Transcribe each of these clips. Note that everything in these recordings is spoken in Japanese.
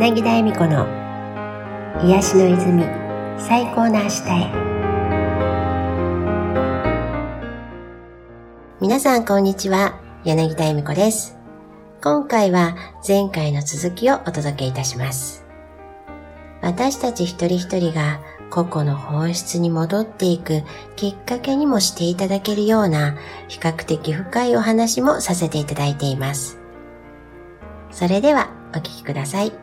柳田恵美子の癒しの泉、最高の明日へ。皆さんこんにちは、柳田恵美子です。今回は前回の続きをお届けいたします。私たち一人一人が個々の本質に戻っていくきっかけにもしていただけるような比較的深いお話もさせていただいています。それではお聞きください。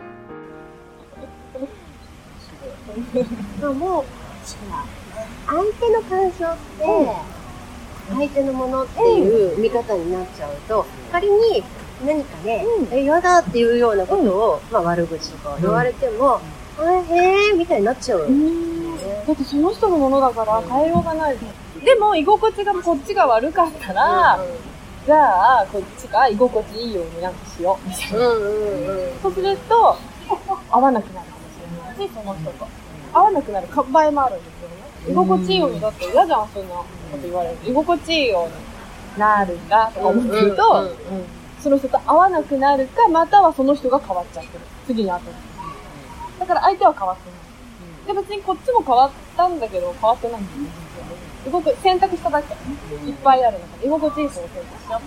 もう相手の感情って相手のものっていう見方になっちゃうと、仮に何かね、嫌だっていうようなことを、悪口とか言われても、へーみたいになっちゃう。 だってその人のものだから変えようがない。でも居心地がこっちが悪かったら、じゃあこっちが居心地いいようになんかしようみたいな。そうすると合わなくなるかもしれないし、その人と合わなくなる場合もあるんですよね。居心地いいようにだって嫌じゃん、そんなこと言われる。居心地いいようになるんだとか思ってると、その人と合わなくなるか、またはその人が変わっちゃってる。次に会った時。だから相手は変わってない。で別にこっちも変わったんだけど変わってないんですよね。選択しただけ。いっぱいある中で居心地いい人を選択しよ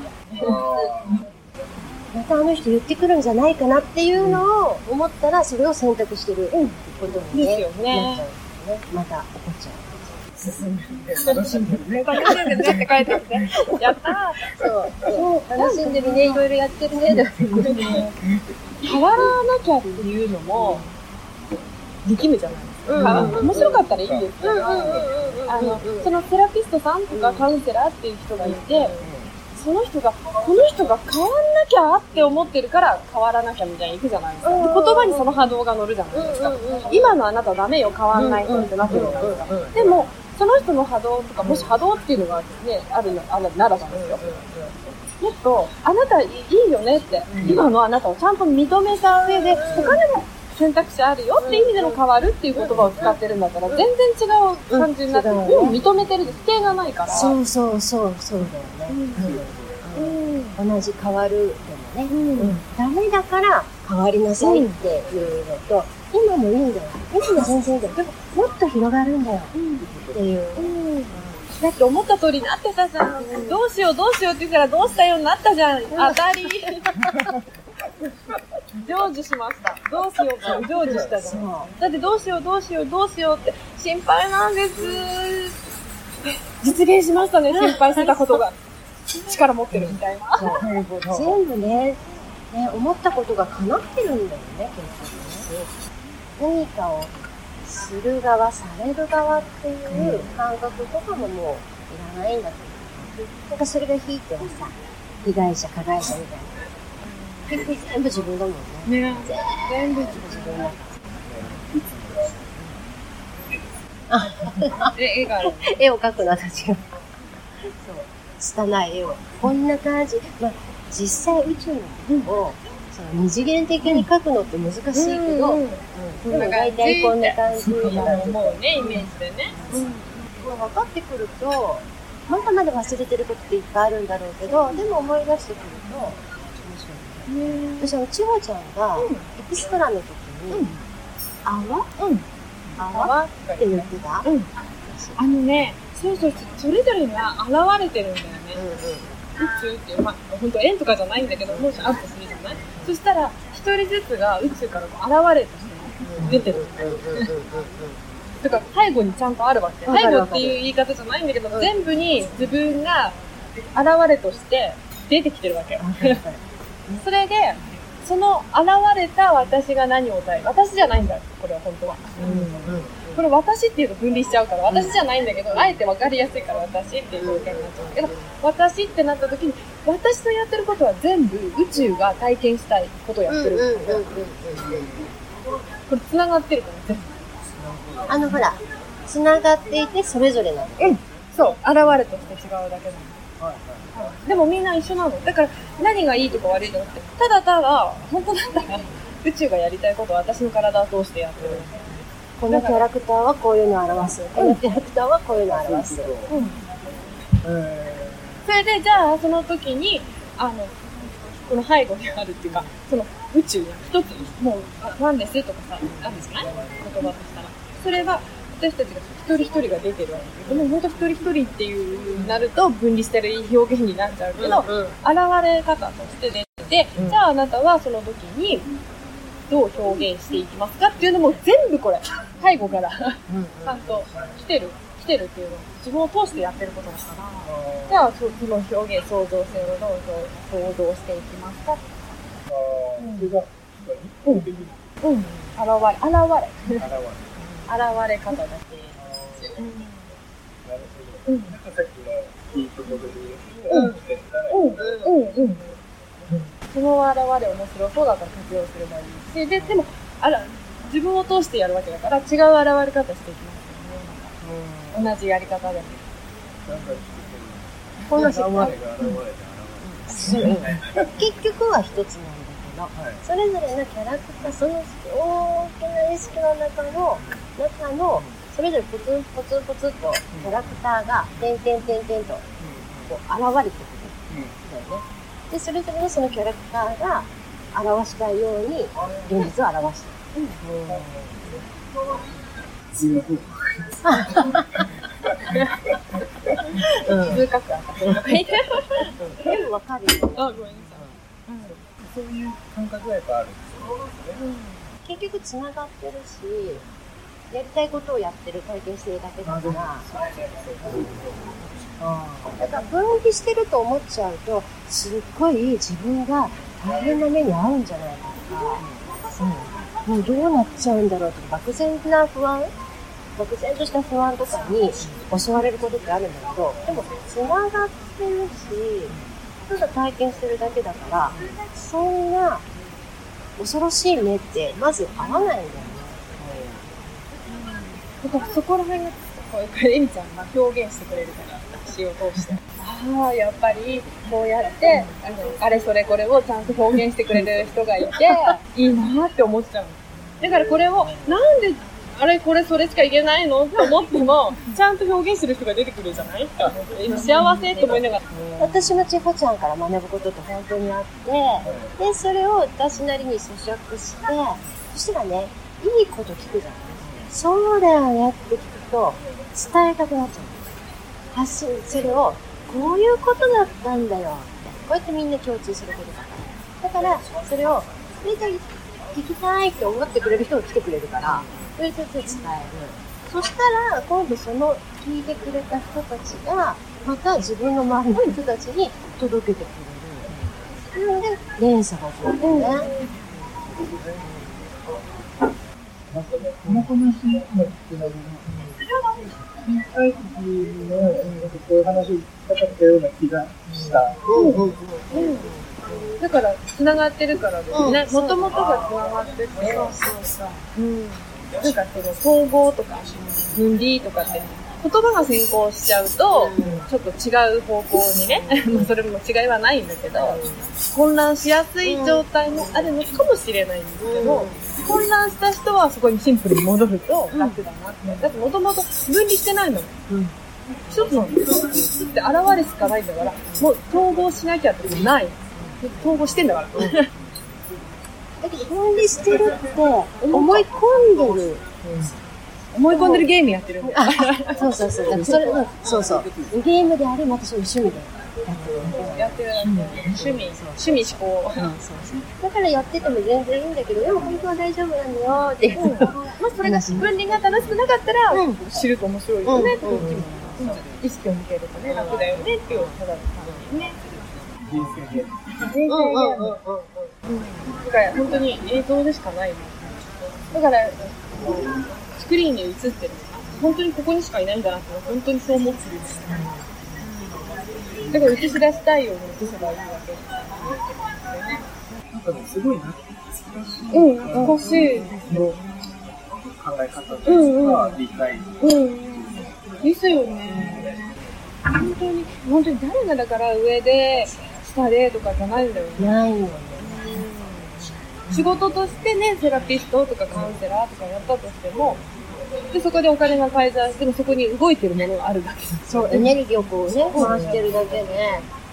う。またあの人言ってくるんじゃないかなっていうのを思ったら、それを選択してるってことにね、 ですよね。 なっちゃうんですね。また怒っちゃう。 進んでる。楽しんでるね。楽しんでるねって書いてるね。やったー。 そう。楽しんでるね。いろいろやってるね。 変わらなきゃっていうのも力むじゃないですか。面白かったらいいんですけど、そのセラピストさんとかカウンセラーっていう人がいて、その人が変わんなきゃって思ってるから変わらなきゃみたいにいくじゃないですか。言葉にその波動が乗るじゃないですか。今のあなたダメよ、変わんないとってなってるじゃないですか。でもその人の波動とか、もし波動っていうのがね、あるならばですよ。もっとあなたいいよねって、今のあなたをちゃんと認めた上で、他にも選択肢あるよって意味での変わるっていう言葉を使ってるんだったら、全然違う感じになってる。認めてるで否定がないから。 そうだよね。同じ変わるでもね、ダメだから変わりなさいっていうのと、今もいいんだよ。今も全然いいんだよ。でももっと広がるんだよっていう。 だって思った通りになってたじゃん。どうしようって言ったらどうしたようになったじゃん。当たり。成就しました。どうしようか成就したじゃん。だってどうしようって心配なんです。実現しましたね、心配してたことが。力持ってるみたいな。 全部ね、思ったことが叶ってるんだよね、結局ね。何かをする側、される側っていう感覚とかももういらないんだと思う。なんかそれがひいてはさ、被害者、加害者みたいな。結局全部自分だもんね。全部自分だから。絵を描くのは私が。そう。拙い絵を。こんな感じ。実際宇宙のことを、二次元的に描くのって難しいけど、大体こんな感じだと思うね、イメージでね。 分かってくると、まだまだ忘れてることっていっぱいあるんだろうけど、でも思い出してくると、面白い。私千穂ちゃんがエキストラの時に、泡って言ってた？ そう、それぞれが現れてるんだよね。宇宙っていう、本当円とかじゃないんだけど、もしあったとするじゃない？そしたら、一人ずつが宇宙から現れとして出てるんだよ。だから背後にちゃんとあるわけ。背後っていう言い方じゃないんだけど、全部に自分が現れとして出てきてるわけよ。それで、その現れた私が何を私じゃないんだよ、これは本当は。これ私っていうと分離しちゃうから、私じゃないんだけど、あえて分かりやすいから私っていう表現になっちゃうんだけど、私ってなった時に、私とやってることは全部宇宙が体験したいことをやってるんだよ。これ繋がってるから全部。 ほら、繋がっていてそれぞれなの。 そう、現れとして違うだけなの。でもみんな一緒なの。だから何がいいとか悪いとかって、ただ本当だったら宇宙がやりたいことを私の体を通してやってる。 このキャラクターはこういうのを表す。このキャラクターはこういうのを表す。 それでじゃあその時にこの背後にあるっていうか、その宇宙が一つ、もう、ワンですとかさ、あるじゃない言葉としたら。それが、私たちが一人一人が出てるわけだけども、本当一人一人っていうなると分離してる表現になっちゃうけど、現れ方として出て、じゃああなたはその時にどう表現していきますかっていうのも全部これ、背後からちゃんと来てるっていうのを自分を通してやってることだから、じゃあその表現、創造性をどう想像していきますか。それが現れ方だけ。 なんかさっきのいいところで言うと、 その現れ面白そうだったら活用すればいいし、でも自分を通してやるわけだから違う現れ方していきますよね。同じやり方でも。 この人結局は一つなんだけど、それぞれのキャラクター、その大きな意識の中のそれぞれポツンポツンポツンとキャラクターが点々とこう現れてくるんだよね。で、それぞれのそのキャラクターが表したいように現実を表してる。 通覚あった。でもわかるよ。 あ、ごめんなさい。 そういう感覚がやっぱあるんですよね。 結局つながってるし、やりたいことをやってる、体験してるだけだから。だから分離してると思っちゃうと、すっごい自分が大変な目に遭うんじゃないかとか、もうどうなっちゃうんだろうとか、漠然とした不安とかに襲われることってあるんだけど、でもつながってるし、ただ体験してるだけだから、そんな恐ろしい目ってまず合わないんだよね。 だからそこら辺がエミちゃんが表現してくれるから、私を通して。ああ、やっぱりこうやってあれそれこれをちゃんと表現してくれる人がいていいなって思っちゃう。だからこれをなんであれこれそれしか言えないのって思ってもちゃんと表現する人が出てくるじゃないって思って幸せって思いながら。 私も千穂ちゃんから学ぶことって本当にあって、でそれを私なりに咀嚼して、そしたらね、いいこと聞くじゃない。そうだよねって聞くと伝えたくなっちゃう。発信、それをこういうことだったんだよって、こうやってみんな共通することだから。だからそれを聞きたいって思ってくれる人が来てくれるから、それで伝える。そしたら今度その聞いてくれた人たちがまた自分の周りの人たちに届けてくれる。なので連鎖が起こるんだよね。 なんかね、この話のっていうのは、小さい時の、こういう話をしたかったような気がした。 だから、繋がってるからですね。もともとが繋がってて。なんかその、統合とか、分離とかって、言葉が先行しちゃうと、ちょっと違う方向にね、それも違いはないんだけど、混乱しやすい状態もあるのかもしれないんですけど、混乱した人はそこにシンプルに戻ると楽だなって。だってもともと分離してないの。一つなんですよ。って現れしかないんだから、もう統合しなきゃってない。統合してんだから。 だけど分離してるって思い込んでる。 思い込んでるゲームやってるんだよ。 そう。だからそれ、そう。ゲームであり、またそういう趣味でやってる。趣味思考。 だからやってても全然いいんだけど、でも本当は大丈夫なんだよって。 まあそれが分離が楽しくなかったら、知ると面白いよねってこっちも。意識を向けるとね、楽だよねっていうただの感じね。 人生ゲーム。 だから本当に映像でしかない。だから、スクリーンに映ってる。本当にここにしかいないんだなって本当にそう思ってる。だから映し出したいように映せばいいわけですね。 なんかね、すごい懐かしい。 懐かしい。 の考え方というか、理解。 ですよね。本当に誰がだから上で、下でとかじゃないんだよね。 ないよね。 仕事としてね、セラピストとかカウンセラーとかやったとしても、で、そこでお金が介在してもそこに動いてるものがあるだけ。 そう、エネルギーをこうね、回してるだけで。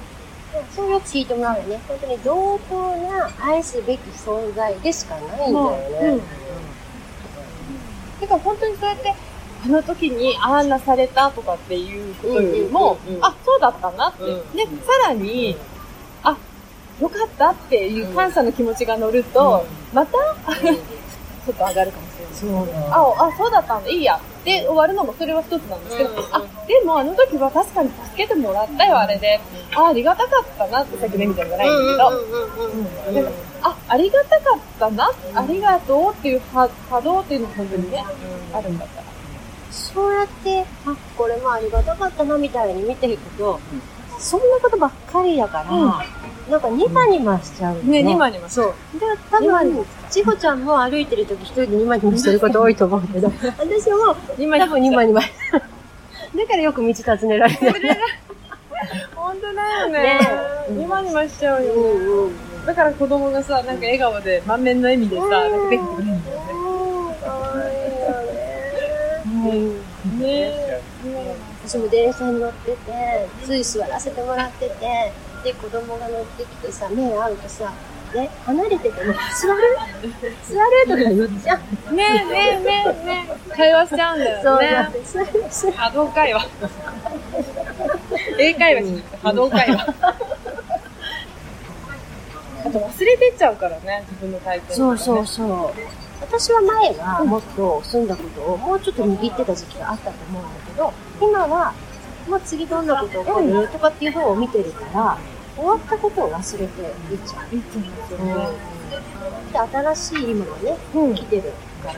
そうよく聞いてもらうよね。本当に同等な愛すべき存在でしかないんだよね。 てか本当にそうやって、あの時にああなされたとかっていうことよりも、あ、そうだったなって。で、さらに、あ、よかったっていう感謝の気持ちが乗ると、また、ちょっと上がるかもしれない。そうだったんだ、いいや。で、終わるのもそれは一つなんですけど、でもあの時は確かに助けてもらったよ、あれで。ありがたかったなってさっきねみたいなのじゃないんだけど、ありがたかったな、ありがとうっていう波動っていうのが本当にね、あるんだったら。 そうやって、これもありがたかったなみたいに見ていくと、そんなことばっかりだから、なんかニマニマしちゃうよね。 ニマニマ。 そう。で、多分、ちほちゃんも歩いてる時一人でニマニマしてること多いと思うけど、私も多分ニマニマ。だからよく道尋ねられる。 本当だよね。ニマニマしちゃうよね。だから子供がさ、なんか笑顔で満面の笑みでさ、なんか出てくるんだよね。 かわいいよね。私も電車に乗ってて、つい座らせてもらってて、で、子供が乗ってきてさ、目合うとさ、ね、離れてても、座るとか言っちゃう。 ね会話しちゃうんだよね。 そう。 波動会話。英会話じゃなくて波動会話。あと忘れてっちゃうからね、自分の体験、ね。 そう。私は前はもっと住んだことをもうちょっと握ってた時期があったと思うんだけど、今は、もう次どんなこと起こるとかっていう方を見てるから、終わったことを忘れていっちゃう。 いっちゃいますよね。 で、新しい今がね、来てるから。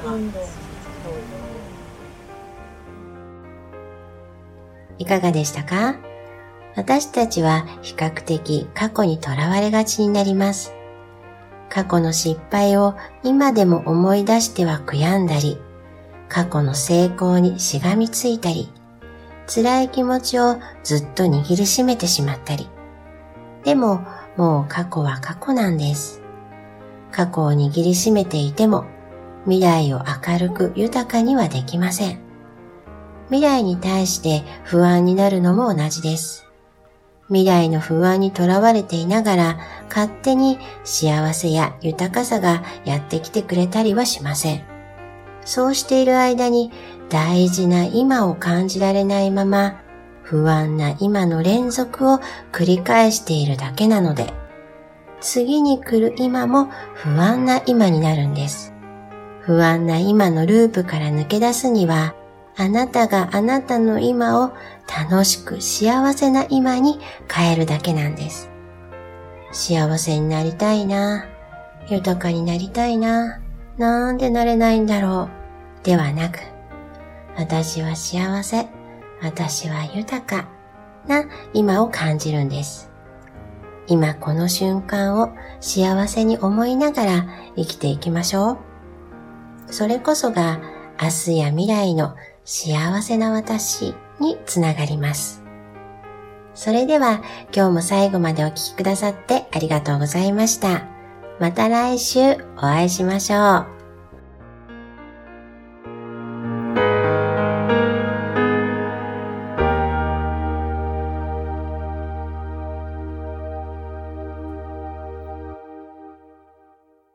いかがでしたか？私たちは比較的過去にとらわれがちになります。過去の失敗を今でも思い出しては悔やんだり、過去の成功にしがみついたり、辛い気持ちをずっと握りしめてしまったり。でも、もう過去は過去なんです。過去を握りしめていても、未来を明るく豊かにはできません。未来に対して不安になるのも同じです。未来の不安にとらわれていながら、勝手に幸せや豊かさがやってきてくれたりはしません。そうしている間に大事な今を感じられないまま、不安な今の連続を繰り返しているだけなので、次に来る今も不安な今になるんです。不安な今のループから抜け出すには、あなたがあなたの今を楽しく幸せな今に変えるだけなんです。幸せになりたいな、豊かになりたいな、なんでなれないんだろう、ではなく、私は幸せ、私は豊かな今を感じるんです。今この瞬間を幸せに思いながら生きていきましょう。それこそが明日や未来の幸せな私につながります。それでは今日も最後までお聞きくださってありがとうございました。また来週お会いしましょう。